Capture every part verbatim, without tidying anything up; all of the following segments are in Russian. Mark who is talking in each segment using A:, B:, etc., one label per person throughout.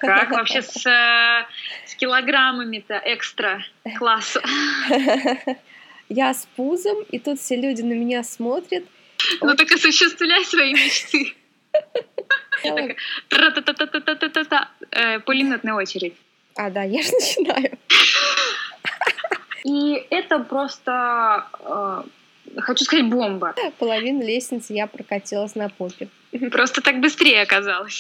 A: Как вообще с, э, с килограммами-то экстра класса?
B: Я с пузом, и тут все люди на меня смотрят.
A: Ну так осуществляй свои мечты. Я такая тра-та-та-та-та-та-та-та. Э, Пулеметная очередь.
B: А, да, я же начинаю.
A: И это просто, э, хочу сказать, бомба.
B: Половину лестницы я прокатилась на попе.
A: Просто так быстрее оказалось.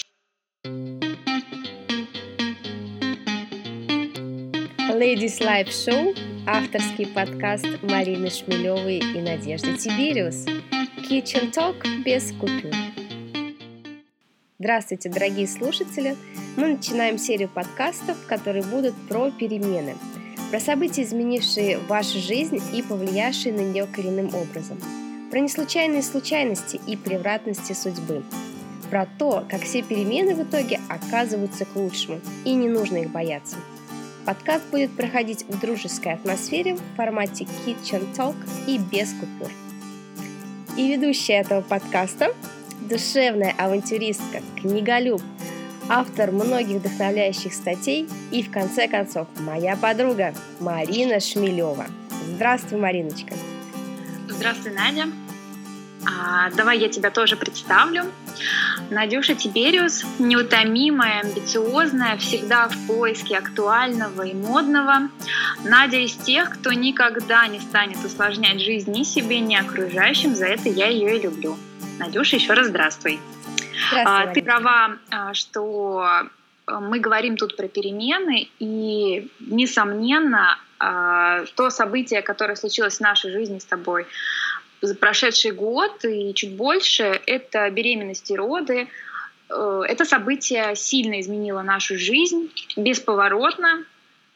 B: Ladies Live Show – авторский подкаст Марины Шмелевой и Надежды Тибериус. Kitchen Talk без купюр. Здравствуйте, дорогие слушатели! Мы начинаем серию подкастов, которые будут про перемены, про события, изменившие вашу жизнь и повлиявшие на нее коренным образом, про неслучайные случайности и превратности судьбы, про то, как все перемены в итоге оказываются к лучшему, и не нужно их бояться. Подкаст будет проходить в дружеской атмосфере в формате Kitchen Talk и без купюр. И ведущая этого подкаста – душевная авантюристка, книголюб, автор многих вдохновляющих статей и, в конце концов, моя подруга Марина Шмелева. Здравствуй, Мариночка.
A: Здравствуй, Надя. А, давай я тебя тоже представлю. Надюша Тибериус, неутомимая, амбициозная, всегда в поиске актуального и модного. Надя из тех, кто никогда не станет усложнять жизнь ни себе, ни окружающим. За это я ее и люблю. Надюша, еще раз здравствуй.
B: Здравствуй,
A: Ты права, что мы говорим тут про перемены, и, несомненно, то событие, которое случилось в нашей жизни с тобой за прошедший год и чуть больше, это беременность и роды. Это событие сильно изменило нашу жизнь, бесповоротно.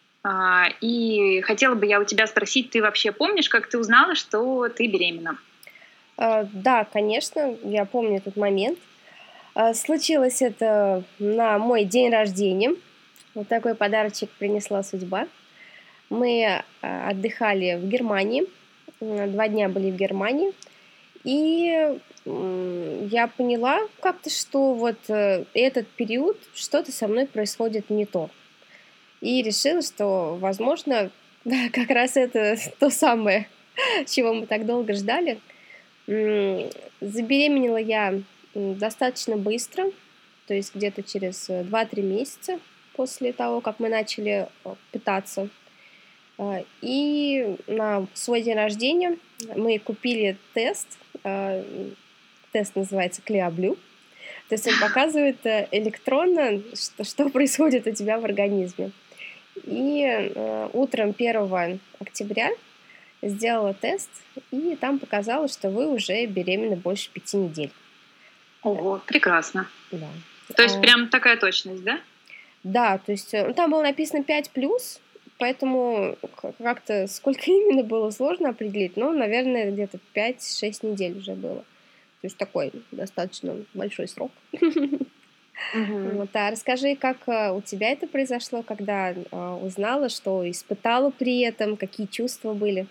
A: И хотела бы я у тебя спросить, ты вообще помнишь, как ты узнала, что ты беременна?
B: Да, конечно, я помню этот момент. Случилось это на мой день рождения. Вот такой подарочек принесла судьба. Мы отдыхали в Германии. Два дня были в Германии. И я поняла как-то, что вот этот период что-то со мной происходит не то. И решила, что, возможно, как раз это то самое, чего мы так долго ждали. Забеременела я достаточно быстро, то есть где-то через два-три месяца после того, как мы начали пытаться. И на свой день рождения мы купили тест. Тест называется Клеоблю. То есть он показывает электронно, что, что происходит у тебя в организме. И утром первого октября сделала тест, и там показалось, что вы уже беременны больше пяти недель.
A: Ого, прекрасно.
B: Да.
A: То есть прям такая точность, да?
B: Да, то есть ну, там было написано пять плюс, поэтому как-то сколько именно было сложно определить, но, наверное, где-то пять-шесть недель уже было. То есть такой достаточно большой срок.
A: Угу.
B: Вот, а расскажи, как у тебя это произошло, когда узнала, что испытала при этом, какие чувства были?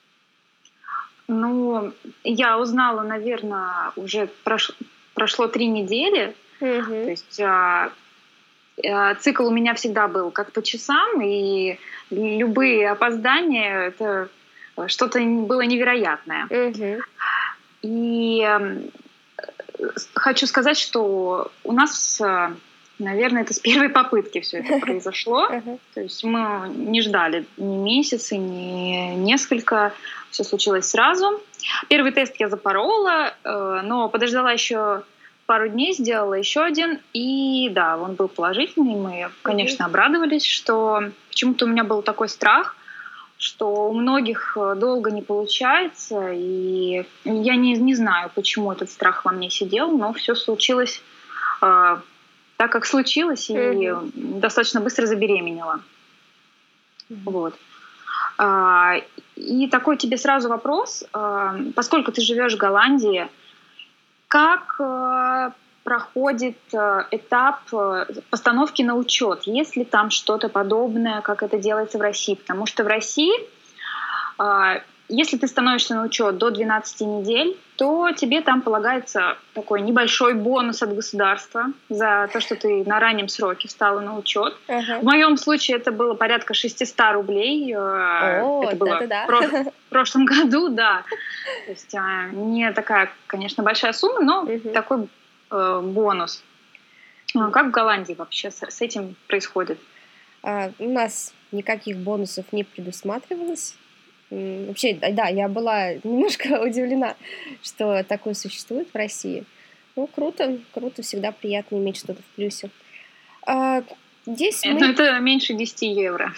A: Ну, я узнала, наверное, уже прош... прошло три недели.
B: Угу.
A: То есть а, а, цикл у меня всегда был как по часам, и любые опоздания — это что-то было невероятное.
B: Угу.
A: И а, хочу сказать, что у нас, наверное, это с первой попытки все это произошло.
B: Uh-huh.
A: То есть мы не ждали ни месяца, ни несколько. Все случилось сразу. Первый тест я запорола, но подождала еще пару дней, сделала еще один. И да, он был положительный. Мы, конечно, обрадовались, что почему-то у меня был такой страх, что у многих долго не получается. И я не, не знаю, почему этот страх во мне сидел, но все случилось э, так, как случилось, и mm-hmm. достаточно быстро забеременела. Mm-hmm. Вот. А, и такой тебе сразу вопрос. А, поскольку ты живешь в Голландии, как а, проходит а, этап а, постановки на учет? Есть ли там что-то подобное, как это делается в России? Потому что в России а, если ты становишься на учет до двенадцати недель, то тебе там полагается такой небольшой бонус от государства за то, что ты на раннем сроке встала на учет. Uh-huh. В моем случае это было порядка шестьсот рублей.
B: Oh,
A: это было
B: да-да-да.
A: в, про- в прошлом году, да. То есть не такая, конечно, большая сумма, но uh-huh. такой э, бонус. Как в Голландии вообще с, с этим происходит?
B: Uh, у нас никаких бонусов не предусматривалось. Вообще, да, я была немножко удивлена, что такое существует в России. Ну, круто, круто, всегда приятно иметь что-то в плюсе. А, здесь
A: мы... Ну, это меньше десяти евро.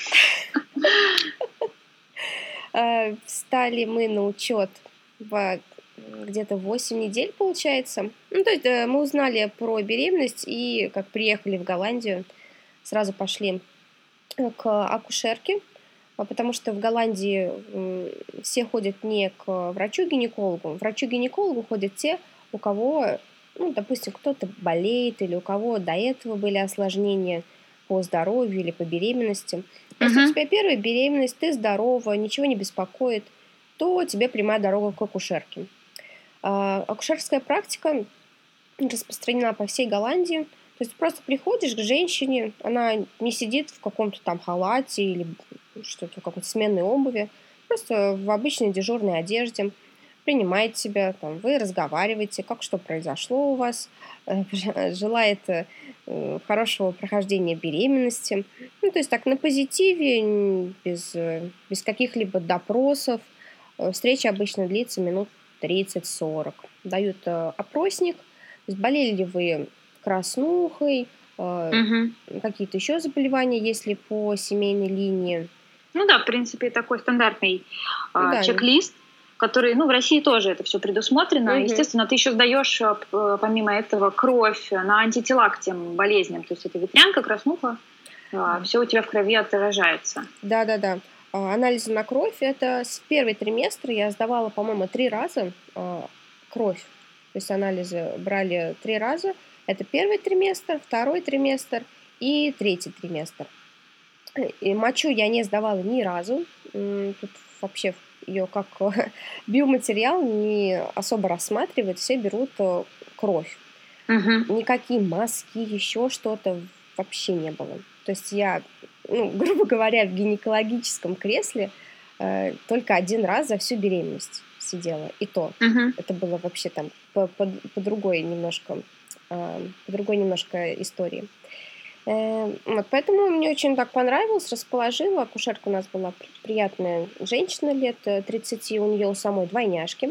B: Встали мы на учет в где-то восемь недель, получается. Ну, то есть мы узнали про беременность и, как приехали в Голландию, сразу пошли к акушерке, потому что в Голландии все ходят не к врачу-гинекологу. Врачу-гинекологу ходят те, у кого, ну, допустим, кто-то болеет или у кого до этого были осложнения по здоровью или по беременности. Если uh-huh. у тебя первая беременность, ты здорова, ничего не беспокоит, то тебе прямая дорога к акушерке. А, акушерская практика распространена по всей Голландии. То есть просто приходишь к женщине, она не сидит в каком-то там халате или что-то, в какой-то сменной обуви, просто в обычной дежурной одежде, принимает тебя, там, вы разговариваете, как что произошло у вас, желает хорошего прохождения беременности. Ну, то есть так на позитиве, без, без каких-либо допросов. Встреча обычно длится минут тридцать-сорок. Дают опросник, то есть болели ли вы краснухой,
A: угу.
B: какие-то еще заболевания, если по семейной линии.
A: Ну да, в принципе, такой стандартный да. чек-лист, который, ну, в России тоже это все предусмотрено. Угу. Естественно, ты еще сдаешь, помимо этого, кровь на антитела к тем болезням. То есть это ветрянка, краснуха, угу. все у тебя в крови отражается.
B: Да-да-да. Анализы на кровь, это с первый триместр я сдавала, по-моему, три раза кровь. То есть анализы брали три раза. Это первый триместр, второй триместр и третий триместр. И мочу я не сдавала ни разу. Тут вообще ее как биоматериал не особо рассматривают. Все берут кровь.
A: Угу.
B: Никакие маски, еще что-то вообще не было. То есть я, ну, грубо говоря, в гинекологическом кресле э, только один раз за всю беременность сидела. И то.
A: Угу.
B: Это было вообще там по, по, по другой немножко... по другой немножко истории. Вот, поэтому мне очень так понравилось, расположила. Акушерка у нас была приятная женщина лет тридцати, у нее у самой двойняшки.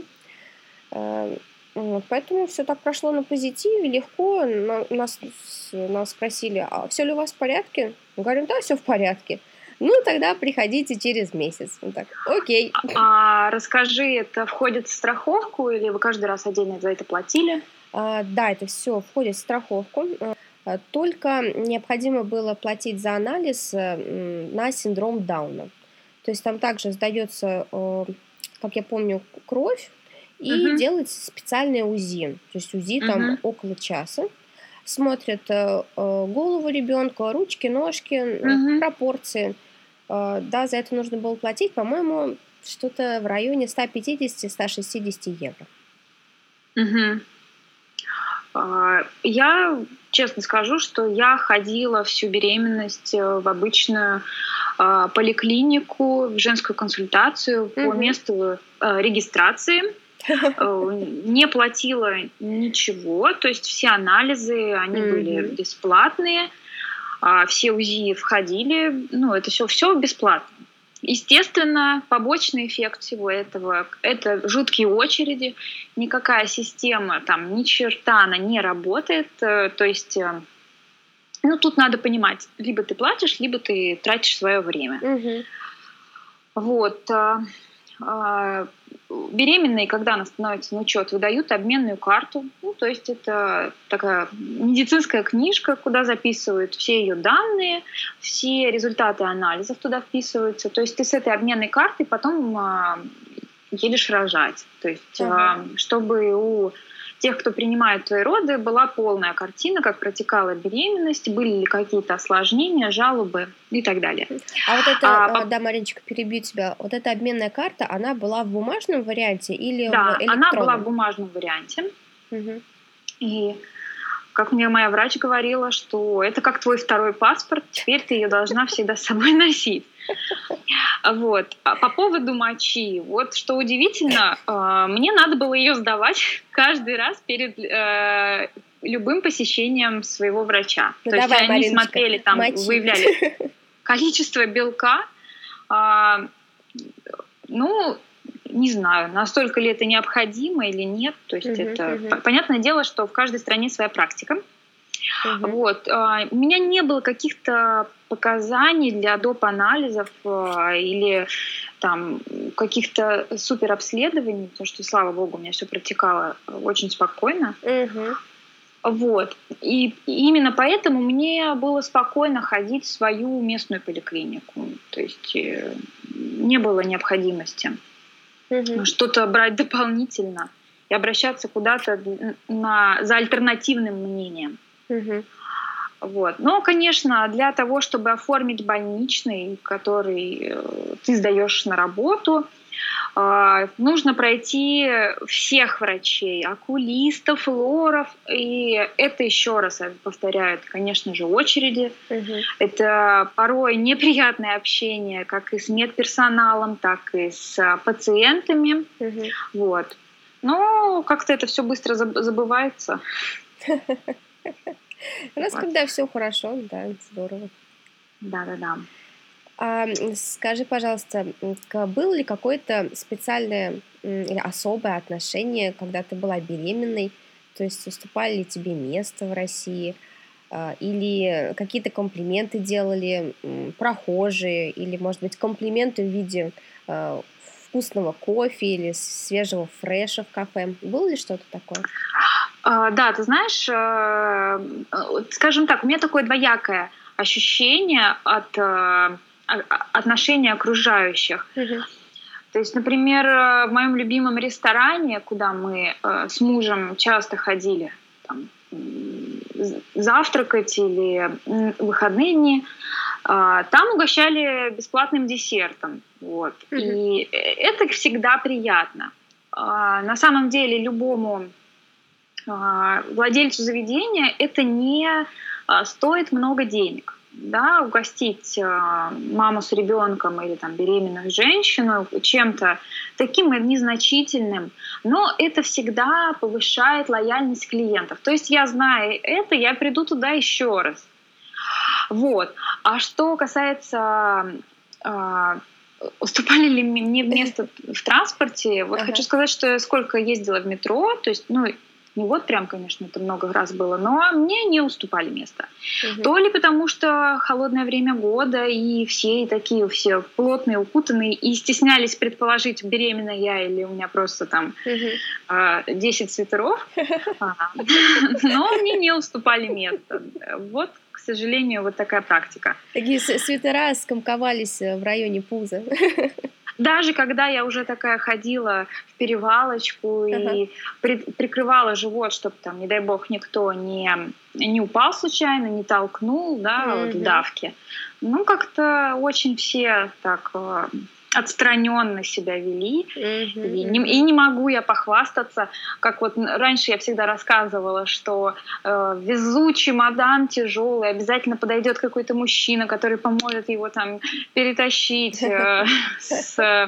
B: Вот, поэтому все так прошло на позитиве, легко. Нас, нас спросили, а все ли у вас в порядке? Мы говорим, да, все в порядке. Ну, тогда приходите через месяц. Вот так, окей.
A: А, а расскажи, это входит в страховку или вы каждый раз отдельно за это платили?
B: А, да, это все входит в страховку. Только необходимо было платить за анализ на синдром Дауна. То есть там также сдается, как я помню, кровь и uh-huh. делается специальное УЗИ. То есть УЗИ uh-huh. там около часа. Смотрят голову ребенка, ручки, ножки, uh-huh. пропорции. Да, за это нужно было платить, по-моему, что-то в районе сто пятьдесят - сто шестьдесят евро.
A: Uh-huh. Я честно скажу, что я ходила всю беременность в обычную э, поликлинику, в женскую консультацию mm-hmm. по месту э, регистрации. Не платила ничего, то есть все анализы, они mm-hmm. были бесплатные, все УЗИ входили, ну это все, все бесплатно. Естественно, побочный эффект всего этого – это жуткие очереди. Никакая система, там, ни черта она не работает. То есть, ну, тут надо понимать, либо ты платишь, либо ты тратишь свое время.
B: Угу.
A: Вот. Беременные, когда она становится на учет, выдают обменную карту. Ну, то есть это такая медицинская книжка, куда записывают все ее данные, все результаты анализов туда вписываются. То есть ты с этой обменной картой потом а, едешь рожать. То есть, ага. а, чтобы у тех, кто принимает твои роды, была полная картина, как протекала беременность, были ли какие-то осложнения, жалобы и так далее.
B: А вот это,
A: А,
B: да, Мариночка, перебью тебя, вот эта обменная карта, она была в бумажном варианте или
A: да,
B: в электронном?
A: она была в бумажном варианте.
B: Угу.
A: И как мне моя врач говорила, что это как твой второй паспорт, теперь ты ее должна всегда с собой носить. Вот. А по поводу мочи, вот что удивительно, мне надо было ее сдавать каждый раз перед э, любым посещением своего врача.
B: Ну,
A: То
B: давай,
A: есть они
B: Мариночка,
A: смотрели, там
B: мочи.
A: выявляли количество белка. Э, ну, не знаю, настолько ли это необходимо или нет. То есть
B: Угу,
A: это
B: угу.
A: понятное дело, что в каждой стране своя практика.
B: Угу.
A: Вот. У меня не было каких-то показаний для доп. Анализов или там каких-то супер обследований, потому что, слава богу, у меня все протекало очень спокойно.
B: Угу.
A: Вот. И именно поэтому мне было спокойно ходить в свою местную поликлинику. То есть не было необходимости угу. что-то брать дополнительно и обращаться куда-то на, за альтернативным мнением. Угу. Вот. Но, конечно, для того, чтобы оформить больничный, который ты сдаешь на работу, нужно пройти всех врачей, окулистов, лоров, и это, еще раз повторяю, это, конечно же, очереди. Угу. Это порой неприятное общение как и с медперсоналом, так и с пациентами. Угу. Вот. Но как-то это все быстро забывается.
B: У нас, вот. Когда все хорошо, да, здорово.
A: Да-да-да.
B: А, скажи, пожалуйста, было ли какое-то специальное или особое отношение, когда ты была беременной? То есть уступали ли тебе место в России? Или какие-то комплименты делали прохожие? Или, может быть, комплименты в виде вкусного кофе или свежего фреша в кафе? Было ли что-то такое?
A: Да, ты знаешь, скажем так, у меня такое двоякое ощущение от отношения окружающих. Uh-huh. То есть, например, в моем любимом ресторане, куда мы с мужем часто ходили там, завтракать или выходные дни, там угощали бесплатным десертом. Вот. Uh-huh. И это всегда приятно. На самом деле любому владельцу заведения это не стоит много денег. Да, угостить маму с ребенком или там, беременную женщину чем-то таким незначительным, но это всегда повышает лояльность клиентов. То есть я знаю это, я приду туда еще раз. Вот. А что касается уступали ли мне место в транспорте, вот uh-huh. хочу сказать, что я сколько ездила в метро, то есть, ну, не вот прям, конечно, это много раз было, но мне не уступали место. Угу. То ли потому, что холодное время года, и все и такие все плотные, укутанные, и стеснялись предположить, беременна я или у меня просто там угу. десять свитеров, но мне не уступали место. Вот, к сожалению, вот такая практика.
B: Такие свитера скомковались в районе пуза.
A: Даже когда я уже такая ходила в перевалочку uh-huh. и при, прикрывала живот, чтобы там, не дай бог, никто не, не упал случайно, не толкнул, да, uh-huh. вот в давке. Ну, как-то очень все так э, отстраненно себя вели. Uh-huh. И, не, и не могу я похвастаться, как вот раньше я всегда рассказывала, что э, везу чемодан тяжелый, обязательно подойдет какой-то мужчина, который поможет его там перетащить э, с, э,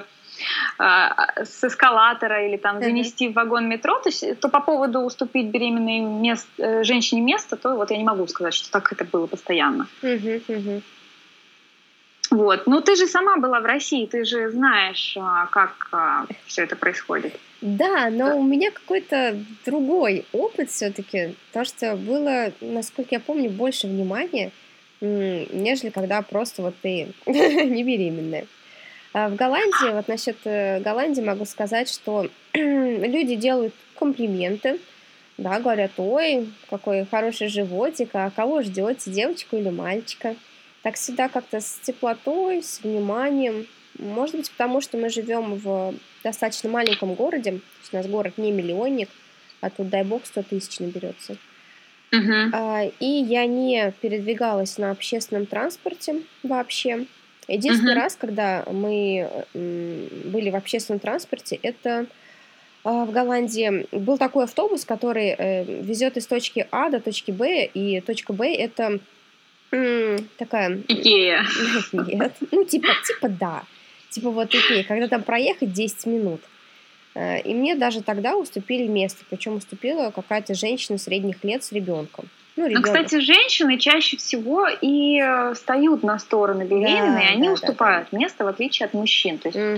A: с эскалатора или там занести uh-huh. в вагон метро. То есть, то по поводу уступить беременной мест, э, женщине место, то вот я не могу сказать, что так это было постоянно.
B: Uh-huh, uh-huh.
A: Вот. Ну, ты же сама была в России, ты же знаешь, как все это происходит.
B: Да, но у меня какой-то другой опыт все-таки, то, что было, насколько я помню, больше внимания, нежели когда просто вот ты не беременная. В Голландии, вот насчет Голландии могу сказать, что люди делают комплименты, да, говорят, ой, какой хороший животик, а кого ждете, девочку или мальчика? Так всегда как-то с теплотой, с вниманием. Может быть, потому что мы живем в достаточно маленьком городе, то есть у нас город не миллионник, а тут, дай бог, сто тысяч наберется.
A: Uh-huh.
B: И я не передвигалась на общественном транспорте вообще. Единственный uh-huh. раз, когда мы были в общественном транспорте, это в Голландии. Был такой автобус, который везет из точки А до точки Б, и точка Б — это такая...
A: Икея.
B: Нет, ну типа, типа да. Типа вот Икея, когда там проехать десять минут. И мне даже тогда уступили место, причем уступила какая-то женщина средних лет с ребенком. Ну,
A: ну, кстати, женщины чаще всего и встают на сторону беременной, да, и они да, уступают да, да. место, в отличие от мужчин. То есть mm-hmm. это,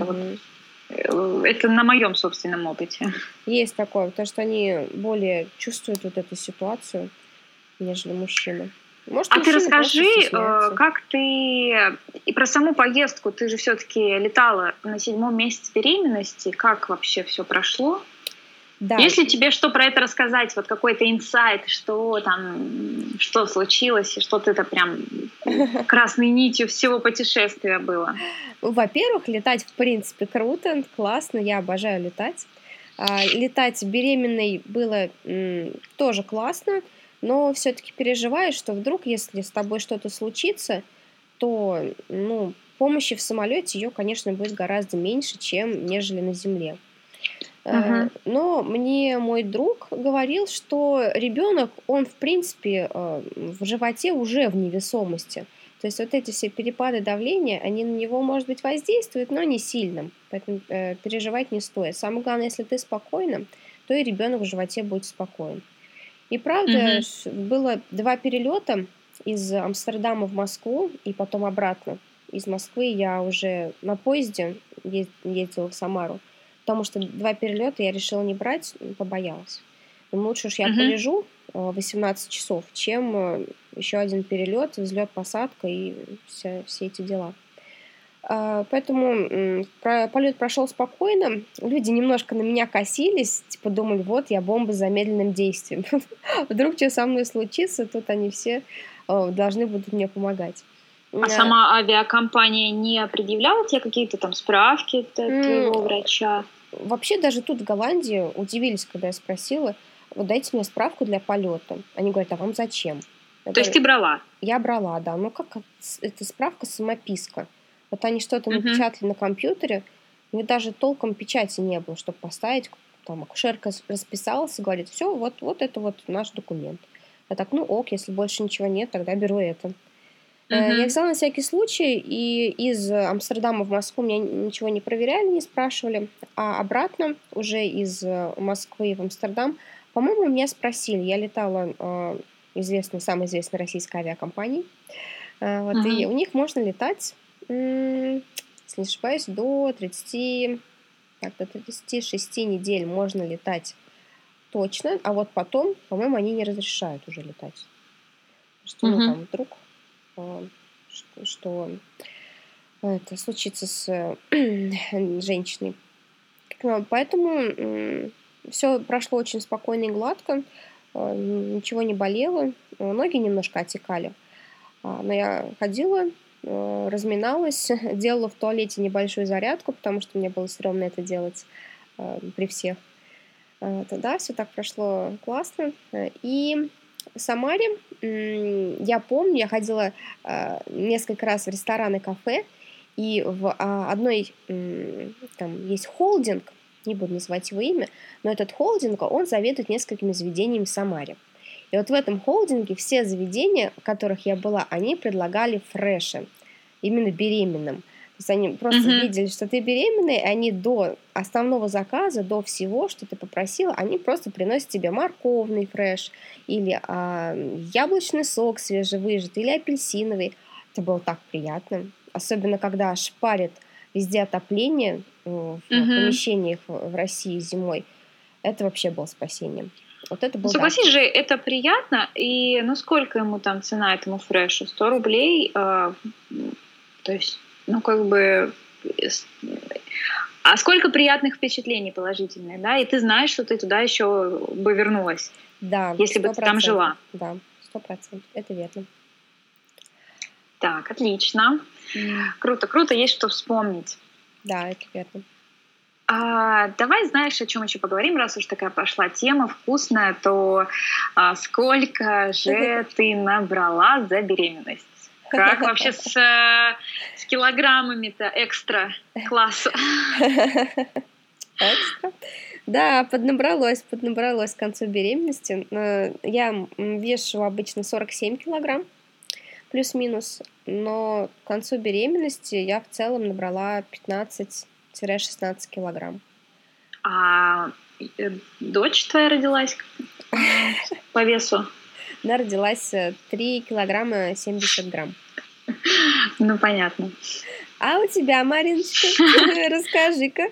A: вот, это на моем собственном опыте.
B: Есть такое, потому что они более чувствуют вот эту ситуацию, нежели мужчины. Может,
A: а ты расскажи, как ты и про саму поездку. Ты же все-таки летала на седьмом месяце беременности. Как вообще все прошло? Да. Если тебе что про это рассказать, вот какой-то инсайт, что там, что случилось, и что-то это прям красной нитью всего путешествия было?
B: Во-первых, летать в принципе круто, классно, я обожаю летать. А, летать беременной было м, тоже классно. Но все-таки переживаешь, что вдруг, если с тобой что-то случится, то ну, помощи в самолете ее, конечно, будет гораздо меньше, чем нежели на земле. Uh-huh. Но мне мой друг говорил, что ребенок, он в принципе в животе уже в невесомости. То есть вот эти все перепады давления, они на него, может быть, воздействуют, но не сильно. Поэтому э, переживать не стоит. Самое главное, если ты спокойна, то и ребенок в животе будет спокоен. И правда, uh-huh. было два перелета из Амстердама в Москву и потом обратно. Из Москвы я уже на поезде ездила в Самару, потому что два перелета я решила не брать, побоялась. Думаю, лучше уж я uh-huh. полежу восемнадцать часов, чем еще один перелет, взлет, посадка и все, все эти дела. Поэтому полет прошел спокойно. Люди немножко на меня косились, типа думали, вот я бомба с замедленным действием. Вдруг что со мной случится, тут они все должны будут мне помогать.
A: А сама авиакомпания не предъявляла тебе какие-то там справки от твоего врача?
B: Вообще даже тут в Голландии удивились, когда я спросила, вот дайте мне справку для полета. Они говорят, а вам зачем? Я
A: То
B: говорю,
A: есть ты брала?
B: Я брала, да. Ну как это справка-самописка. Вот они что-то uh-huh. напечатали на компьютере, у них даже толком печати не было, чтобы поставить. Там акушерка расписалась и говорит, все, вот, вот это вот наш документ. Я так, ну ок, если больше ничего нет, тогда беру это. Uh-huh. Я взяла на всякий случай, и из Амстердама в Москву меня ничего не проверяли, не спрашивали, а обратно уже из Москвы в Амстердам, по-моему, меня спросили. Я летала э, известной, самой известной российской авиакомпании, э, вот, uh-huh. и у них можно летать, если не ошибаюсь, до тридцати, так, до тридцати шести недель можно летать точно, а вот потом, по-моему, они не разрешают уже летать. Что, uh-huh. ну, там, вдруг, что, что это случится с женщиной. Поэтому все прошло очень спокойно и гладко, ничего не болело, ноги немножко отекали, но я ходила, разминалась, делала в туалете небольшую зарядку, потому что мне было стрёмно это делать э, при всех. Э, тогда все так прошло классно. И в Самаре, э, я помню, я ходила э, несколько раз в рестораны, кафе, и в э, одной, э, там есть холдинг, не буду называть его имя, но этот холдинг, он заведует несколькими заведениями в Самаре. И вот в этом холдинге все заведения, в которых я была, они предлагали фреши, именно беременным. То есть они просто uh-huh. видели, что ты беременная, и они до основного заказа, до всего, что ты попросила, они просто приносят тебе морковный фреш, или а, яблочный сок свежевыжатый, или апельсиновый. Это было так приятно. Особенно, когда шпарит везде отопление в uh-huh. помещениях в России зимой. Это вообще было спасением. Вот это был
A: Согласись же, это приятно. И ну сколько ему там цена этому фрешу? сто рублей. Э, то есть, ну как бы... А сколько приятных впечатлений положительных, да? И ты знаешь, что ты туда еще бы вернулась.
B: Да,
A: если бы ты там жила.
B: Да, сто процентов. Это верно.
A: Так, отлично. Mm. Круто, круто, есть что вспомнить.
B: Да, это верно.
A: А, давай, знаешь, о чем еще поговорим, раз уж такая пошла тема вкусная, то а, сколько же ты набрала за беременность? Как вообще с, с килограммами-то экстра класса?
B: Экстра. Да, поднабралось, поднабралось к концу беременности. Я вешу обычно сорок семь килограмм, плюс-минус, но к концу беременности я в целом набрала пятнадцать-шестнадцать килограмм.
A: А дочь твоя родилась по весу?
B: Она родилась три килограмма семьдесят грамм.
A: Ну, понятно.
B: А у тебя, Мариночка, расскажи-ка.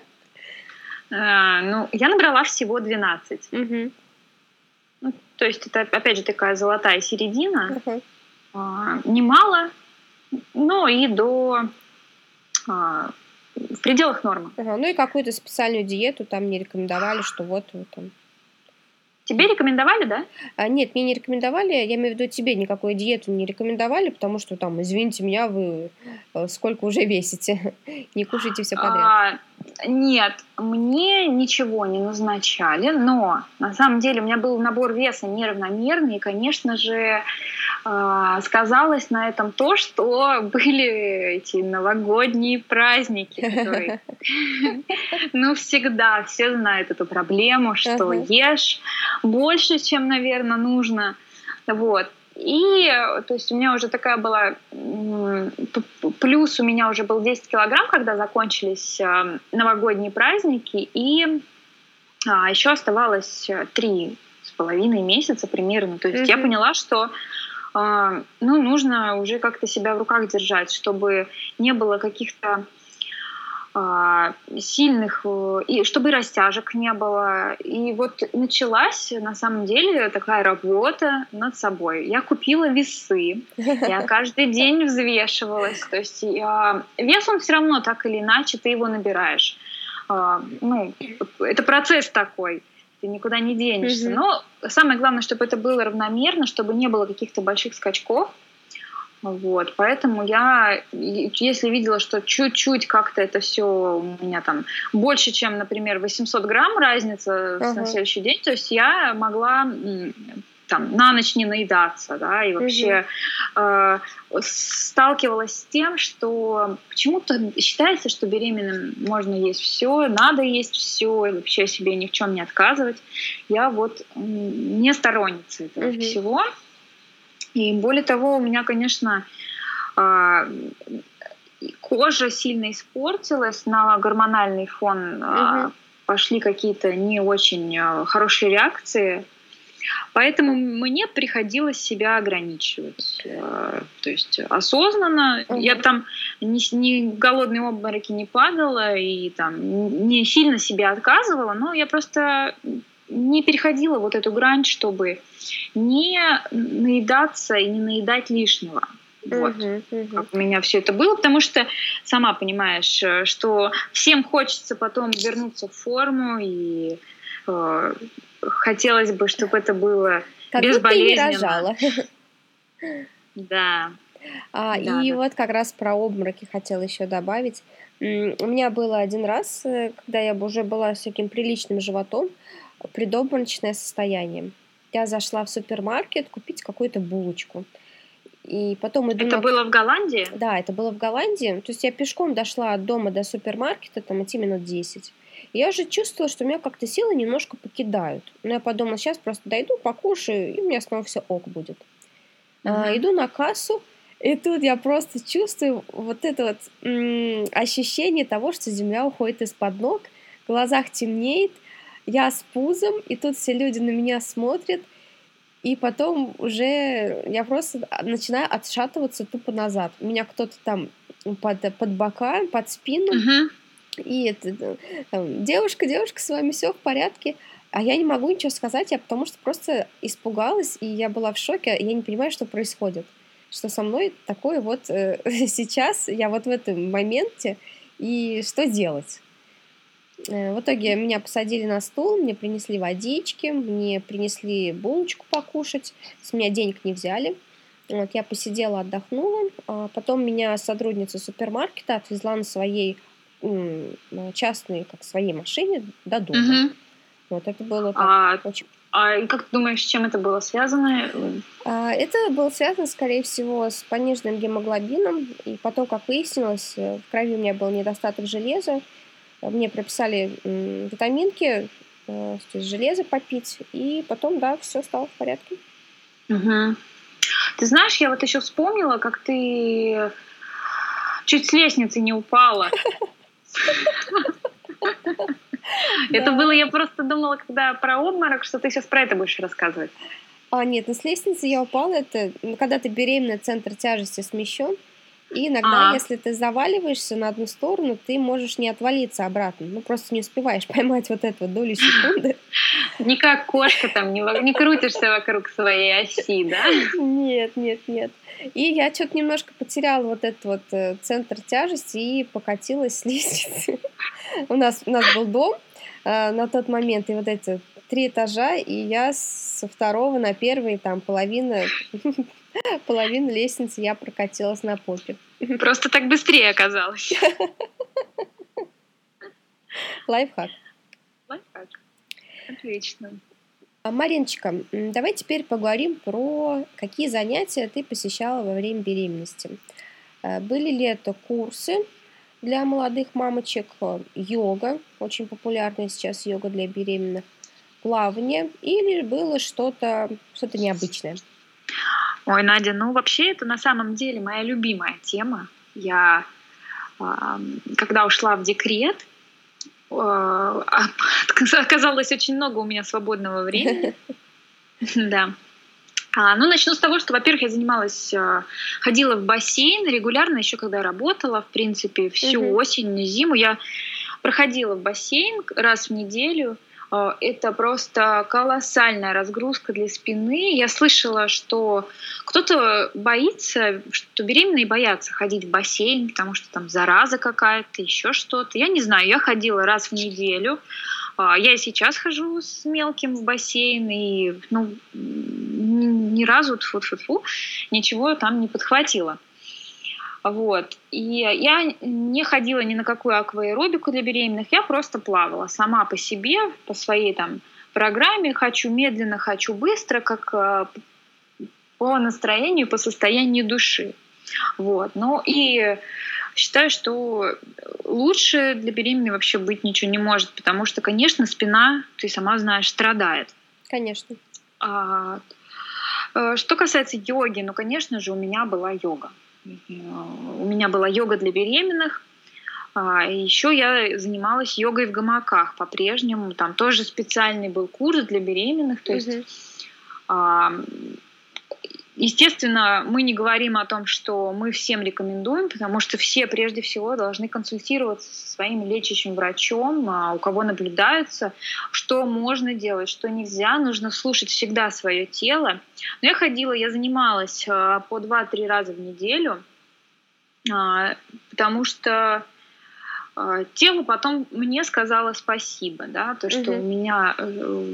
A: А, ну, я набрала всего двенадцать.
B: Угу.
A: Ну, то есть это, опять же, такая золотая середина.
B: Угу.
A: А, немало, но и до... А, в пределах нормы.
B: Ага, ну и какую-то специальную диету там не рекомендовали, что вот, вот там.
A: Тебе рекомендовали, да?
B: А, нет, мне не рекомендовали, я имею в виду тебе никакую диету не рекомендовали, потому что там, извините меня, вы сколько уже весите, не кушайте все подряд.
A: А, нет, мне ничего не назначали, но на самом деле у меня был набор веса неравномерный, и, конечно же, сказалось на этом то, что были эти новогодние праздники, которые, ну, всегда все знают эту проблему, что ешь больше, чем, наверное, нужно, вот. И, то есть, у меня уже такая была, плюс у меня уже был десять килограмм, когда закончились новогодние праздники, и еще оставалось три с половиной месяца примерно, то есть mm-hmm. я поняла, что ну, нужно уже как-то себя в руках держать, чтобы не было каких-то а, сильных, и чтобы растяжек не было. И вот началась, на самом деле, такая работа над собой. Я купила весы, я каждый день взвешивалась. То есть я, вес он все равно так или иначе, ты его набираешь. А, ну, это процесс такой. Ты никуда не денешься. Mm-hmm. Но самое главное, чтобы это было равномерно, чтобы не было каких-то больших скачков. Вот. Поэтому я, если видела, что чуть-чуть как-то это все у меня там больше, чем, например, восемьсот грамм разница uh-huh. на следующий день, то есть я могла там на ночь не наедаться, да, и вообще uh-huh. э, сталкивалась с тем, что почему-то считается, что беременным можно есть все, надо есть все, и вообще себе ни в чем не отказывать. Я вот не сторонница этого uh-huh. всего. И более того, у меня, конечно, э, кожа сильно испортилась, на гормональный фон э, uh-huh. пошли какие-то не очень хорошие реакции. Поэтому мне приходилось себя ограничивать. То есть осознанно. Uh-huh. Я там ни, ни голодные обмороки не падала и там не сильно себе отказывала, но я просто не переходила вот эту грань, чтобы не наедаться и не наедать лишнего. Вот. Uh-huh, uh-huh. Как у меня все это было, потому что сама понимаешь, что всем хочется потом вернуться в форму, и э, хотелось бы, чтобы это было как безболезненно.
B: Будто ты не рожала.
A: Да.
B: А,
A: да,
B: и
A: да.
B: вот как раз про обмороки хотела еще добавить. У меня было один раз, когда я уже была с таким приличным животом, предобморочное состояние. Я зашла в супермаркет купить какую-то булочку. И потом иду
A: это
B: на...
A: было в Голландии?
B: Да, это было в Голландии. То есть я пешком дошла от дома до супермаркета, там идти минут десять. И я уже чувствовала, что у меня как-то силы немножко покидают. Но я подумала, сейчас просто дойду, покушаю, и у меня снова все ок будет. Uh-huh. А, иду на кассу, и тут я просто чувствую вот это вот м- ощущение того, что земля уходит из-под ног, в глазах темнеет, я с пузом, и тут все люди на меня смотрят, и потом уже я просто начинаю отшатываться тупо назад. Меня кто-то там под, под бока, под спину,
A: uh-huh.
B: и это, там, девушка, девушка, с вами все в порядке. А я не могу ничего сказать, я потому что просто испугалась, и я была в шоке, я не понимаю, что происходит. Что со мной такое вот э, сейчас, я вот в этом моменте, и что делать? В итоге меня посадили на стул, мне принесли водички, мне принесли булочку покушать, с меня денег не взяли. Вот, я посидела, отдохнула, а потом меня сотрудница супермаркета отвезла на своей на частной, как своей машине до дома.
A: Мгм.
B: Вот это было так
A: А,
B: очень...
A: а как ты думаешь, с чем это было связано?
B: А, Это было связано, скорее всего, с пониженным гемоглобином. И потом, как выяснилось, э, в крови у меня был недостаток железа. Мне прописали м, витаминки, э, то есть железо попить. И потом, да, все стало в порядке.
A: Мгм. Ты знаешь, я вот еще вспомнила, как ты чуть с лестницы не упала. Это
B: Да.
A: было, я просто думала, когда про обморок, что ты сейчас про это будешь рассказывать.
B: А, нет, ну с лестницы я упала. Это ну, когда ты беременна, центр тяжести смещен. И иногда,
A: А,
B: если ты заваливаешься на одну сторону, ты можешь не отвалиться обратно. Ну, просто не успеваешь поймать вот эту вот долю секунды.
A: не как кошка там, не, во- не крутишься вокруг своей оси, да?
B: Нет, нет, нет. И я что-то немножко потеряла вот этот вот э, центр тяжести и покатилась с лестницы. У нас, у нас был дом э, на тот момент, и вот эти три этажа, и я со второго на первый, там, половина, половину лестницы я прокатилась на попе.
A: Просто так быстрее оказалось.
B: Лайфхак.
A: Лайфхак. Отлично.
B: А, Мариночка, м, давай теперь поговорим про какие занятия ты посещала во время беременности. Э, Были ли это курсы для молодых мамочек, э, йога, очень популярная сейчас йога для беременных, плавание, или было что-то что-то необычное?
A: Ой, Надя, ну вообще это на самом деле моя любимая тема. Я, а, когда ушла в декрет, а, оказалось очень много у меня свободного времени. Да. А, ну, начну с того, что, во-первых, я занималась, а, ходила в бассейн регулярно, еще когда работала, в принципе, всю
B: Мгм.
A: осень и зиму. Я проходила в бассейн раз в неделю. А, Это просто колоссальная разгрузка для спины. Я слышала, что кто-то боится, что беременные боятся ходить в бассейн, потому что там зараза какая-то, еще что-то. Я не знаю, я ходила раз в неделю. А, Я и сейчас хожу с мелким в бассейн, и ну, ни, ни разу тьфу-тьфу-тьфу, ничего там не подхватила. Вот. И я не ходила ни на какую акваэробику для беременных, я просто плавала сама по себе, по своей там программе, хочу медленно, хочу быстро, как э, по настроению, по состоянию души. Вот. Ну и считаю, что лучше для беременной вообще быть ничего не может, потому что, конечно, спина, ты сама знаешь, страдает.
B: Конечно.
A: А, э, Что касается йоги, ну, конечно же, у меня была йога. Э, У меня была йога для беременных. А, и еще я занималась йогой в гамаках по-прежнему. Там тоже специальный был курс для беременных. То есть,
B: Мгм.
A: а, естественно, мы не говорим о том, что мы всем рекомендуем, потому что все прежде всего должны консультироваться со своим лечащим врачом, а, у кого наблюдаются, что можно делать, что нельзя. Нужно слушать всегда свое тело. Но я ходила, я занималась а, по два-три раза в неделю, а, потому что а, тело потом мне сказало спасибо, да, то, что у
B: Мгм.
A: меня э,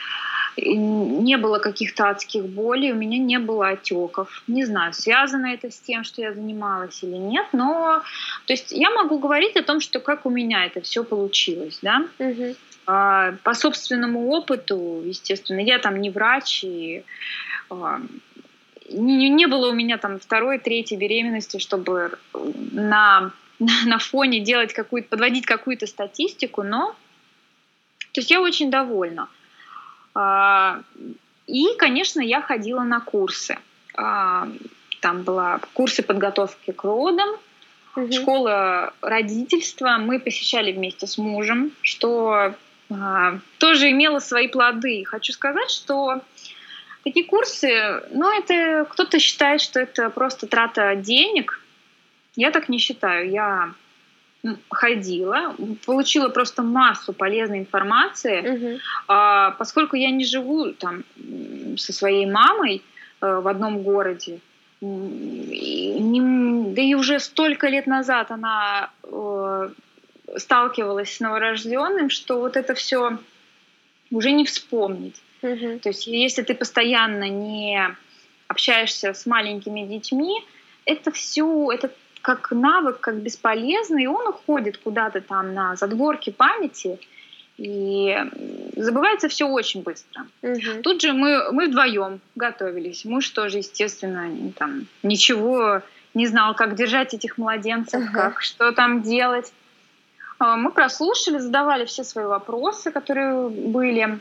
A: не было каких-то адских болей, у меня не было отеков. Не знаю, связано это с тем, что я занималась или нет, но то есть я могу говорить о том, что как у меня это все получилось, да.
B: Мгм.
A: А, По собственному опыту, естественно, я там не врач, и а, не, не было у меня там второй, третьей беременности, чтобы на, на фоне делать какую-то, подводить какую-то статистику, но то есть я очень довольна. А, И, конечно, я ходила на курсы. А, Там была курсы подготовки к родам,
B: Мгм.
A: школа родительства. Мы посещали вместе с мужем, что а, тоже имело свои плоды. Хочу сказать, что такие курсы, ну, это кто-то считает, что это просто трата денег. Я так не считаю. Я м, ходила, получила просто массу полезной информации.
B: Мгм.
A: А, поскольку я не живу там м, со своей мамой э, в одном городе, м, и не- да и уже столько лет назад она э, сталкивалась с новорожденным, что вот это все уже не вспомнить.
B: Мгм.
A: То есть если ты постоянно не общаешься с маленькими детьми, это все, это как навык, как бесполезный, и он уходит куда-то там на задворки памяти, и забывается все очень быстро. Угу. Тут же мы, мы вдвоем готовились. Муж тоже, естественно, там, ничего не знал, как держать этих младенцев, угу. как, что там делать. Мы прослушали, задавали все свои вопросы, которые были.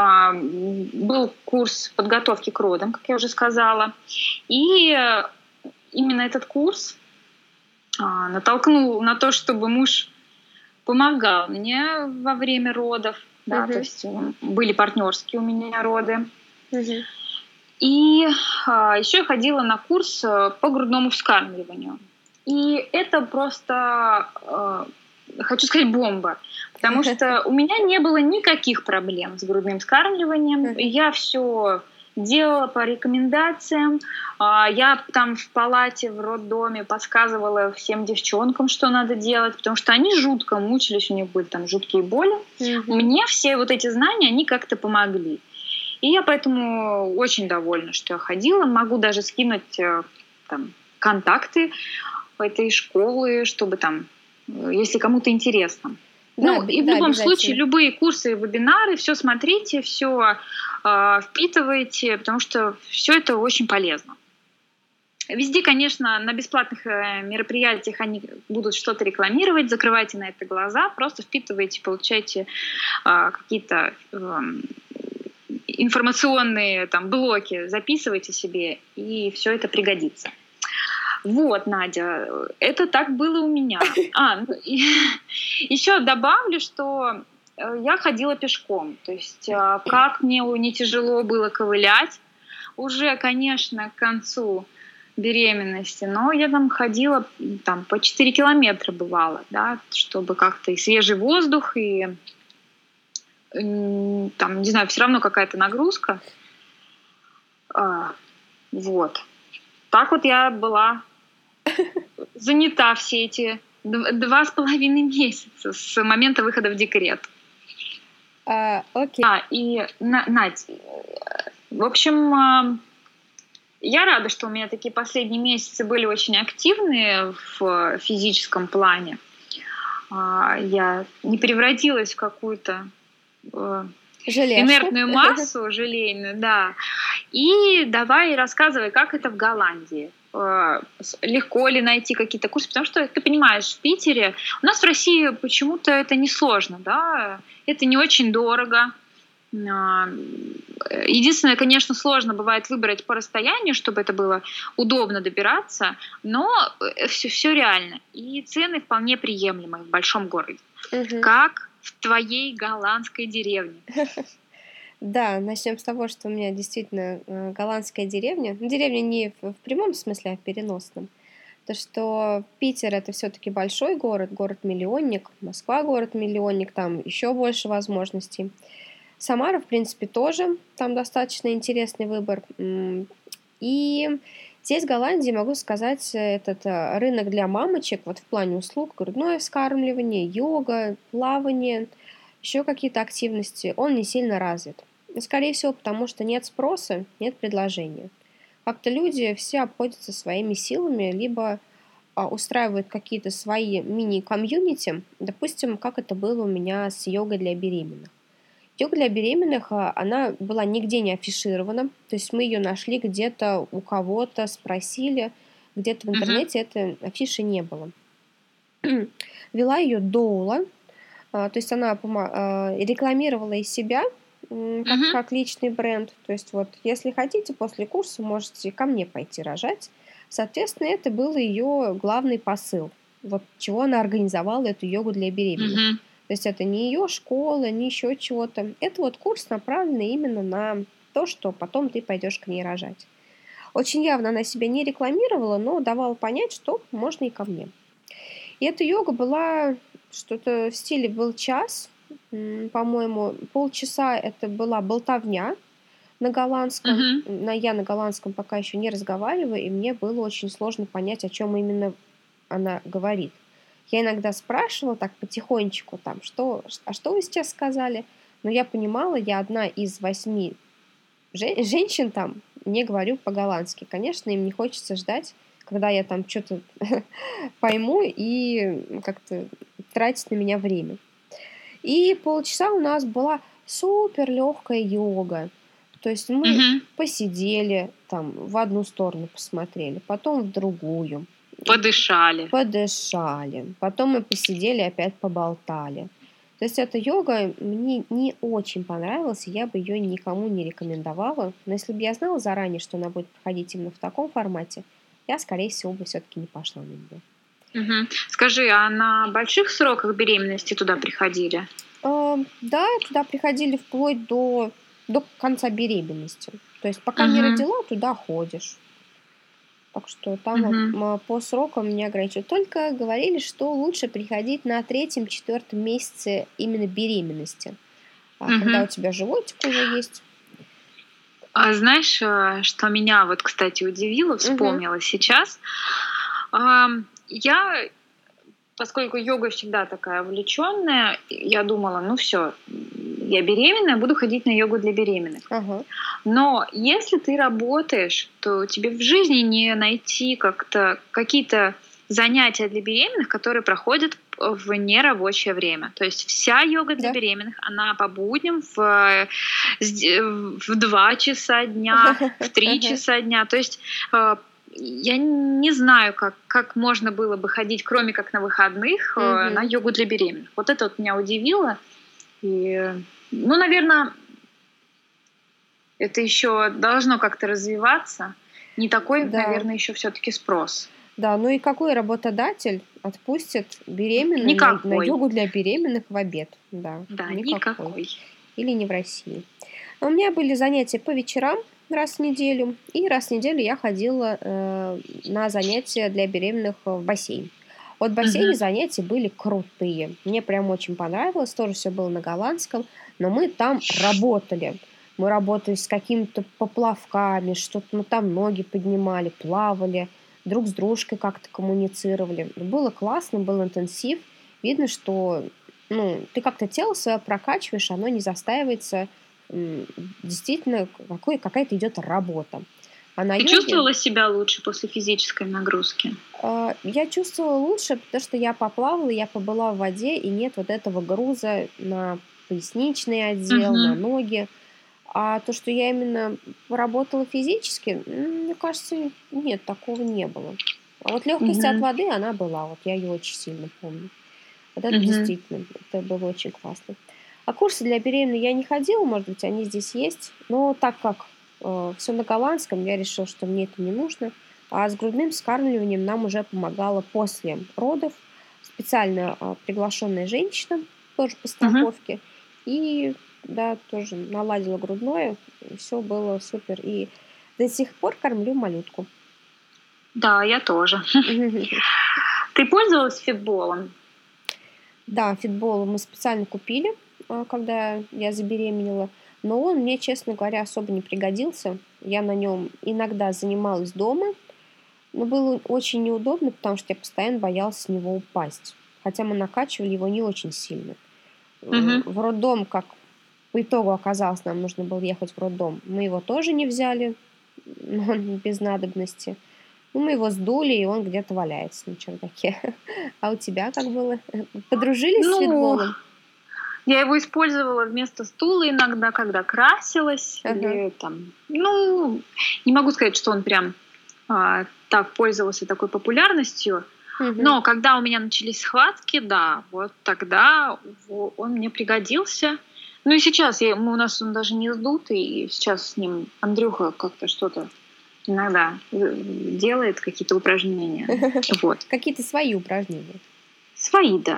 A: Был курс подготовки к родам, как я уже сказала. И именно этот курс натолкнул на то, чтобы муж помогал мне во время родов. Да, угу. То есть были партнерские у меня роды. Угу. И а, еще я ходила на курс по грудному вскармливанию. И это просто, а, хочу сказать, бомба. Потому что у меня не было никаких проблем с грудным вскармливанием. Угу. Я все делала по рекомендациям. Я там в палате, в роддоме подсказывала всем девчонкам, что надо делать, потому что они жутко мучились, у них были там жуткие боли. Mm-hmm. Мне все вот эти знания, они как-то помогли. И я поэтому очень довольна, что я ходила. Могу даже скинуть там контакты этой школы, чтобы там, если кому-то интересно. Да, ну, и в да, любом случае, любые курсы и вебинары, все смотрите, все э, впитывайте, потому что все это очень полезно. Везде, конечно, на бесплатных э, мероприятиях они будут что-то рекламировать, закрывайте на это глаза, просто впитывайте, получайте э, какие-то э, информационные там, блоки, записывайте себе, и все это пригодится. Вот, Надя, это так было у меня. А, ну, еще добавлю, что я ходила пешком. То есть как мне не тяжело было ковылять уже, конечно, к концу беременности, но я там ходила там, по четыре километра бывало, да, чтобы как-то и свежий воздух, и там, не знаю, все равно какая-то нагрузка. Вот. Так вот я была занята все эти два с половиной месяца с момента выхода в декрет.
B: А, окей.
A: А, и, Надь, в общем, я рада, что у меня такие последние месяцы были очень активные в физическом плане. Я не превратилась в какую-то
B: Желешку.
A: Инертную массу, желейную, да. И давай рассказывай, как это в Голландии. Легко ли найти какие-то курсы? Потому что, ты понимаешь, в Питере, у нас в России почему-то это несложно, да, это не очень дорого. Единственное, конечно, сложно бывает выбрать по расстоянию, чтобы это было удобно добираться, но все, все реально. И цены вполне приемлемые в большом городе. Угу. Как в твоей голландской деревне.
B: Да, начнем с того, что у меня действительно голландская деревня. Деревня не в прямом смысле, а в переносном. То, что Питер — это все-таки большой город, город-миллионник, Москва — город-миллионник, там еще больше возможностей. Самара, в принципе, тоже, там достаточно интересный выбор. И здесь, в Голландии, могу сказать, этот рынок для мамочек, вот в плане услуг, грудное вскармливание, йога, плавание, еще какие-то активности, он не сильно развит. Скорее всего, потому что нет спроса, нет предложения. Как-то люди все обходятся своими силами, либо а, устраивают какие-то свои мини-комьюнити, допустим, как это было у меня с йогой для беременных. Йога для беременных, она была нигде не афиширована, то есть мы ее нашли где-то у кого-то, спросили, где-то в интернете uh-huh. этой афиши не было. Вела ее Доула, то есть она рекламировала из себя как, uh-huh. как личный бренд, то есть вот если хотите, после курса можете ко мне пойти рожать. Соответственно, это был ее главный посыл, вот чего она организовала эту йогу для беременных. Uh-huh. То есть это не ее школа, не еще чего-то. Это вот курс, направленный именно на то, что потом ты пойдешь к ней рожать. Очень явно она себя не рекламировала, но давала понять, что можно и ко мне. И эта йога была что-то в стиле был час, по-моему, полчаса это была болтовня на голландском. Uh-huh. Я на голландском пока еще не разговариваю, и мне было очень сложно понять, о чем именно она говорит. Я иногда спрашивала так потихонечку, там, что, а что вы сейчас сказали? Но я понимала, я одна из восьми же- женщин там, не говорю по-голландски. Конечно, им не хочется ждать когда я там что-то пойму и как-то тратить на меня время. И полчаса у нас была супер легкая йога. То есть мы
A: Мгм.
B: посидели, там в одну сторону посмотрели, потом в другую.
A: Подышали.
B: Подышали. Потом мы посидели, опять поболтали. То есть эта йога мне не очень понравилась, и я бы ее никому не рекомендовала. Но если бы я знала заранее, что она будет проходить именно в таком формате, я, скорее всего, бы все-таки не пошла на нее.
A: Мгм. Скажи, а на больших сроках беременности туда приходили?
B: Э, Да, туда приходили вплоть до, до конца беременности. То есть пока не
A: Мгм.
B: родила, туда ходишь. Так что там вот
A: Мгм.
B: м, по срокам не ограничивали. Только говорили, что лучше приходить на третьем-четвертом месяце именно беременности. А когда у
A: Мгм.
B: тебя животик уже есть.
A: А знаешь, э, что меня вот, кстати, удивило,
B: Мгм.
A: вспомнила сейчас? Ам, Я, поскольку йога всегда такая увлеченная, я думала, ну все, я беременная, буду ходить на йогу для беременных.
B: Ага.
A: Но если ты работаешь, то тебе в жизни не найти как-то какие-то занятия для беременных, которые проходят в нерабочее время. То есть вся йога для
B: Да.
A: беременных, она по будням в, э, с де- в два часа дня, в три
B: Ага.
A: часа дня. То есть э, я не знаю, как, как можно было бы ходить, кроме как на выходных, э, на
B: Мгм.
A: йогу для беременных. Вот это вот меня удивило. И, ну, наверное, это еще должно как-то развиваться. Не такой,
B: Да.
A: наверное, еще все-таки спрос.
B: Да, ну и какой работодатель отпустит беременную на, на
A: Никакой.
B: йогу для беременных в обед? Да,
A: Да,
B: никакой.
A: никакой.
B: Или не в России. А у меня были занятия по вечерам раз в неделю, и раз в неделю я ходила э, на занятия для беременных в бассейн. Вот в бассейне
A: Мгм.
B: занятия были крутые. Мне прям очень понравилось, тоже все было на голландском, но мы там работали. Мы работали с какими-то поплавками, что-то мы там ноги поднимали, плавали, друг с дружкой как-то коммуницировали. Было классно, был интенсив. Видно, что ну, ты как-то тело свое прокачиваешь, оно не застаивается. М, Действительно, какой, какая-то идет работа. А на
A: Ты
B: йоге
A: чувствовала себя лучше после физической нагрузки?
B: а, я чувствовала лучше, потому что я поплавала, я побыла в воде, и нет вот этого груза на поясничный отдел, на
A: Мгм.
B: ноги. А то, что я именно поработала физически, м, мне кажется, нет, такого не было. А вот легкость от
A: Мгм.
B: воды, она была. Вот я ее очень сильно помню. Вот это
A: Мгм.
B: действительно, это было очень классно. А курсы для беременной я не ходила, может быть, они здесь есть. Но так как все на голландском, я решила, что мне это не нужно. А с грудным вскармливанием нам уже помогала после родов специально а, приглашенная женщина, тоже по
A: Мгм.
B: страховке. И да, тоже наладила грудное, все было супер. И до сих пор кормлю малютку.
A: Да, я тоже. Ты пользовалась фитболом?
B: Да, фитбол мы специально купили, а, когда я забеременела, но он мне, честно говоря, особо не пригодился. Я на нем иногда занималась дома, но было очень неудобно, потому что я постоянно боялась с него упасть. Хотя мы накачивали его не очень сильно. Э,
A: Мгм.
B: В роддом, как по итогу оказалось, нам нужно было ехать в роддом. Мы его тоже не взяли, он без надобности. Ну, мы его сдули, и он где-то валяется на чердаке. А у тебя как было? Подружились с
A: Ну,
B: фитболом?
A: я его использовала вместо стула иногда, когда красилась
B: Ага.
A: или там, ну, не могу сказать, что он прям а, так пользовался такой популярностью,
B: Мгм.
A: но когда у меня начались схватки, да, вот тогда во- он мне пригодился. Ну и сейчас я, у нас он даже не сдутый, и сейчас с ним Андрюха как-то что-то иногда э, делает, какие-то упражнения. Вот.
B: Какие-то свои упражнения.
A: Свои, да.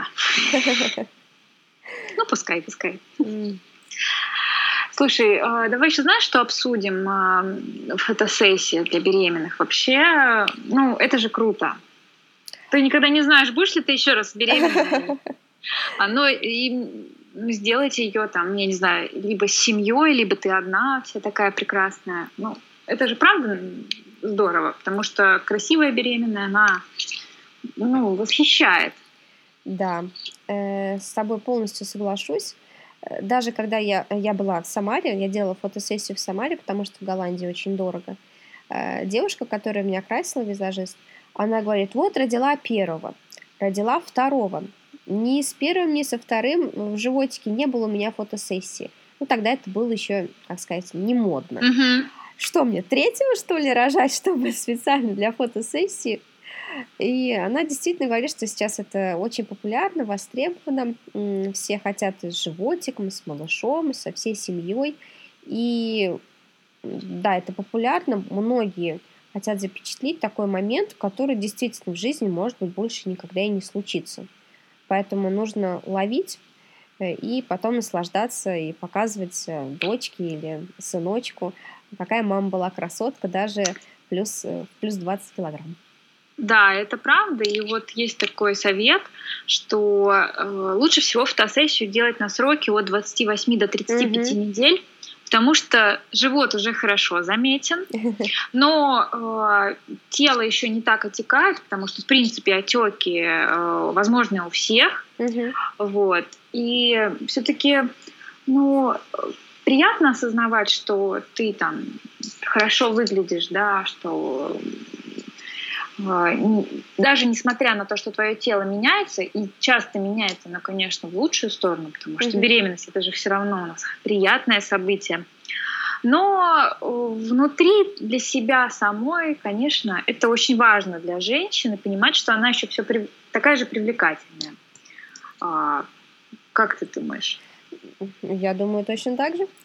A: Ну, пускай, пускай.
B: М.
A: Слушай, а, давай еще знаешь, что обсудим? А, Фотосессия для беременных. Вообще, ну, это же круто. Ты никогда не знаешь, будешь ли ты еще раз беременной. А, ну, и сделайте ее там, я не знаю, либо с семьей, либо ты одна, вся такая прекрасная. Ну, это же правда здорово, потому что красивая беременная, она, ну, восхищает.
B: Да, э, с тобой полностью соглашусь. Э, Даже когда я, я была в Самаре, я делала фотосессию в Самаре, потому что в Голландии очень дорого. Э, Девушка, которая меня красила, визажист, Она говорит, вот родила первого, родила второго. Ни с первым, ни со вторым в животике не было у меня фотосессии. Ну, тогда это было еще, как сказать, не модно.
A: Угу.
B: Что мне, третьего, что ли, рожать, чтобы специально для фотосессии? И она действительно говорит, что сейчас это очень популярно, востребовано. Все хотят с животиком, с малышом, со всей семьей. И да, это популярно. Многие хотят запечатлеть такой момент, который действительно в жизни, может быть, больше никогда и не случится. Поэтому нужно ловить и потом наслаждаться и показывать дочке или сыночку, какая мама была красотка, даже плюс, плюс двадцать килограмм.
A: Да, это правда. И вот есть такой совет, что э, лучше всего фотосессию делать на сроке от двадцати восьми до тридцати пяти угу. недель, потому что живот уже хорошо заметен, но э, тело еще не так отекает, потому что, в принципе, отеки э, возможны у всех. Угу. Вот. И все-таки, ну, приятно осознавать, что ты там хорошо выглядишь, да, что даже несмотря на то, что твое тело меняется, и часто меняется, но, конечно, в лучшую сторону, потому что mm-hmm. беременность — это же все равно у нас приятное событие. Но внутри для себя самой, конечно, это очень важно для женщины понимать, что она еще все при... такая же привлекательная. А, как ты думаешь?
B: Я думаю, точно так же.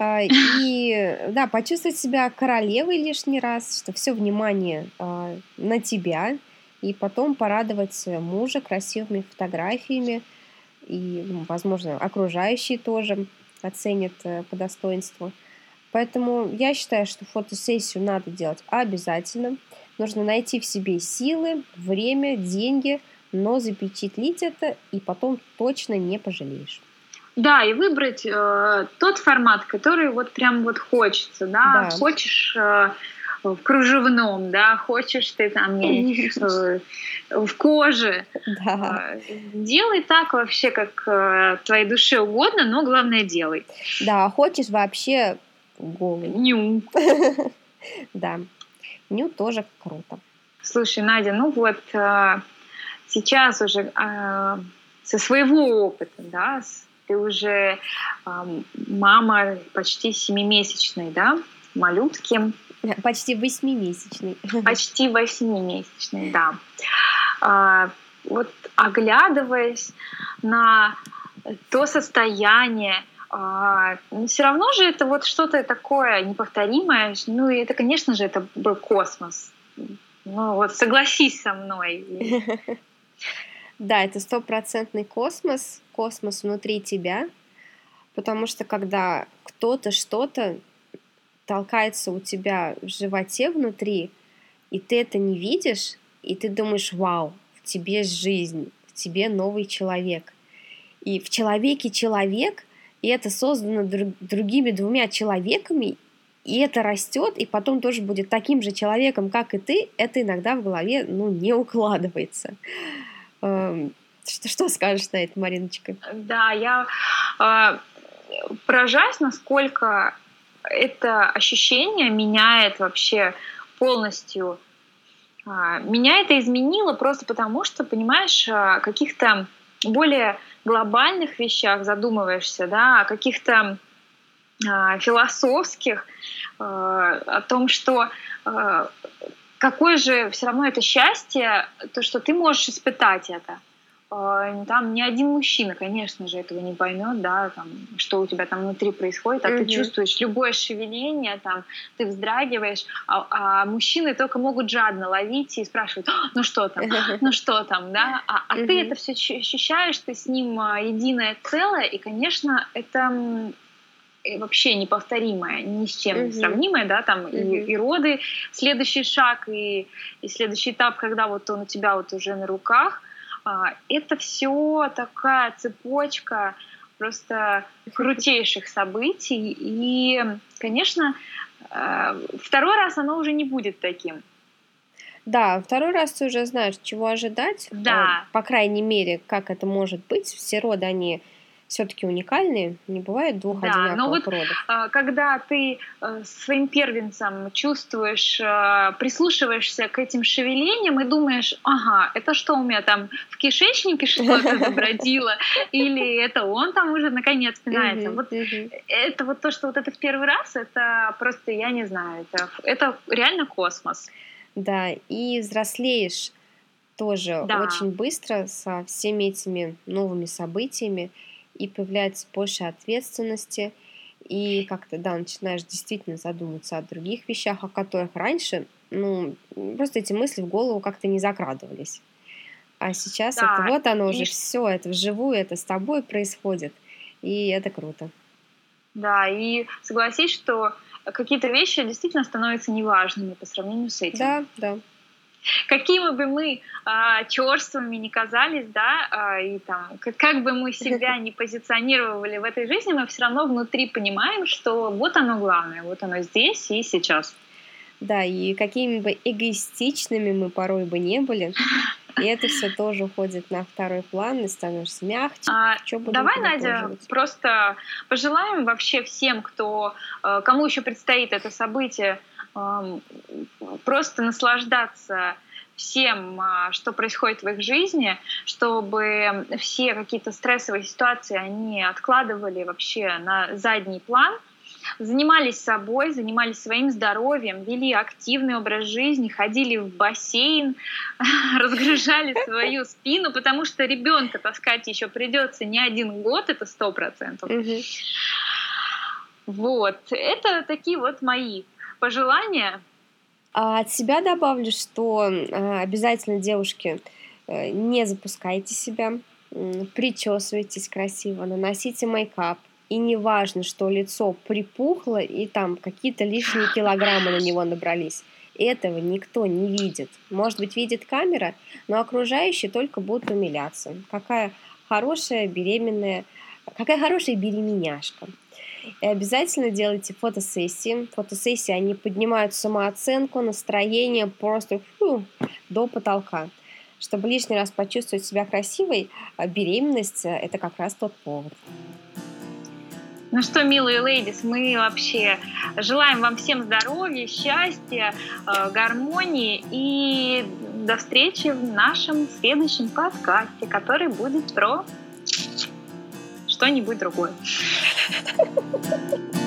B: И да, почувствовать себя королевой лишний раз, что все внимание на тебя, и потом порадовать мужа красивыми фотографиями, и, возможно, окружающие тоже оценят по достоинству. Поэтому я считаю, что фотосессию надо делать обязательно. Нужно найти в себе силы, время, деньги, но запечатлить это, и потом точно не пожалеешь.
A: Да, и выбрать э, тот формат, который вот прям вот хочется, да, да. Хочешь э, в кружевном, да, хочешь ты там э, в коже.
B: Да.
A: Э, делай так вообще, как э, твоей душе угодно, но главное делай.
B: Да, хочешь вообще голый.
A: Ню.
B: Да, ню тоже круто.
A: Слушай, Надя, ну вот э, сейчас уже э, со своего опыта, да, ты уже э, мама почти семимесячной, да, малютки.
B: Почти восьмимесячной.
A: Почти восьмимесячной, да. А, вот оглядываясь на то состояние, а, все равно же это вот что-то такое неповторимое. Ну и это, конечно же, это был космос. Ну вот согласись со мной.
B: Да, это стопроцентный космос, космос внутри тебя, потому что когда кто-то что-то толкается у тебя в животе внутри, и ты это не видишь, и ты думаешь, вау, в тебе жизнь, в тебе новый человек. И в человеке человек, и это создано друг, другими двумя человеками, и это растет, и потом тоже будет таким же человеком, как и ты, это иногда в голове, ну, не укладывается. Что, что скажешь на это, Мариночка?
A: Да, я э, поражаюсь, насколько это ощущение меняет вообще полностью. Э, меня это изменило просто потому, что, понимаешь, о каких-то более глобальных вещах задумываешься, да, о каких-то э, философских, э, о том, что э, какое же все равно это счастье, то, что ты можешь испытать это. Там ни один мужчина, конечно же, этого не поймет, да, там, что у тебя там внутри происходит, а mm-hmm. ты чувствуешь любое шевеление, там, ты вздрагиваешь, а, а мужчины только могут жадно ловить и спрашивать, ну что там, ну что там, да, а, а mm-hmm. ты это все ощущаешь, ты с ним единое целое, и, конечно, это вообще неповторимое, ни с чем не сравнимое, да, там mm-hmm. и, и роды, следующий шаг, и, и следующий этап, когда вот он у тебя вот уже на руках. Это все такая цепочка просто крутейших событий. И, конечно, второй раз оно уже не будет таким.
B: Да, второй раз ты уже знаешь, чего ожидать.
A: Да.
B: По крайней мере, как это может быть. Все роды, они все-таки уникальные, не бывает двух
A: Да,
B: одинаковых
A: но вот
B: родов.
A: а, когда ты а, своим первенцем чувствуешь, а, прислушиваешься к этим шевелениям и думаешь, ага, это что у меня там в кишечнике что-то забродило, или это он там уже наконец пинается. Вот это вот то, что вот это в первый раз, это просто, я не знаю, это, это реально космос.
B: Да, и взрослеешь тоже
A: Да.
B: очень быстро со всеми этими новыми событиями, и появляется больше ответственности, и как-то, да, начинаешь действительно задумываться о других вещах, о которых раньше, ну, просто эти мысли в голову как-то не закрадывались. А сейчас
A: Да,
B: это вот оно уже
A: и
B: все, это вживую, это с тобой происходит, и это круто.
A: Да, и согласись, что какие-то вещи действительно становятся неважными по сравнению с этим.
B: Да, да.
A: Какими бы мы а, чёрствыми ни казались, да, а, и там, как, как бы мы себя не позиционировали в этой жизни, мы все равно внутри понимаем, что вот оно главное, вот оно здесь и сейчас.
B: Да, и какими бы эгоистичными мы порой бы не были, и это все тоже уходит на второй план, и становишься мягче.
A: А,
B: Чё будем
A: давай,
B: туда
A: Надя,
B: положить?
A: просто пожелаем вообще всем, кто, э, кому еще предстоит это событие, эм, просто наслаждаться всем, а, что происходит в их жизни, чтобы все какие-то стрессовые ситуации они откладывали вообще на задний план, занимались собой, занимались своим здоровьем, вели активный образ жизни, ходили в бассейн, разгружали свою спину, потому что ребенка таскать еще придется не один год, это сто процентов.
B: Мгм.
A: Вот, это такие вот мои пожелания.
B: А от себя добавлю, что а, обязательно, девушки, э, не запускайте себя, м, причесывайтесь красиво, наносите мейкап. И не важно, что лицо припухло и там какие-то лишние килограммы на него набрались. Этого никто не видит. Может быть, видит камера, но окружающие только будут умиляться. Какая хорошая беременная, какая хорошая беременяшка. И обязательно делайте фотосессии. Фотосессии, они поднимают самооценку, настроение просто фу, до потолка. Чтобы лишний раз почувствовать себя красивой, а беременность – это как раз тот повод.
A: Ну что, милые лейдис, мы вообще желаем вам всем здоровья, счастья, э, гармонии и до встречи в нашем следующем подкасте, который будет про что-нибудь другое.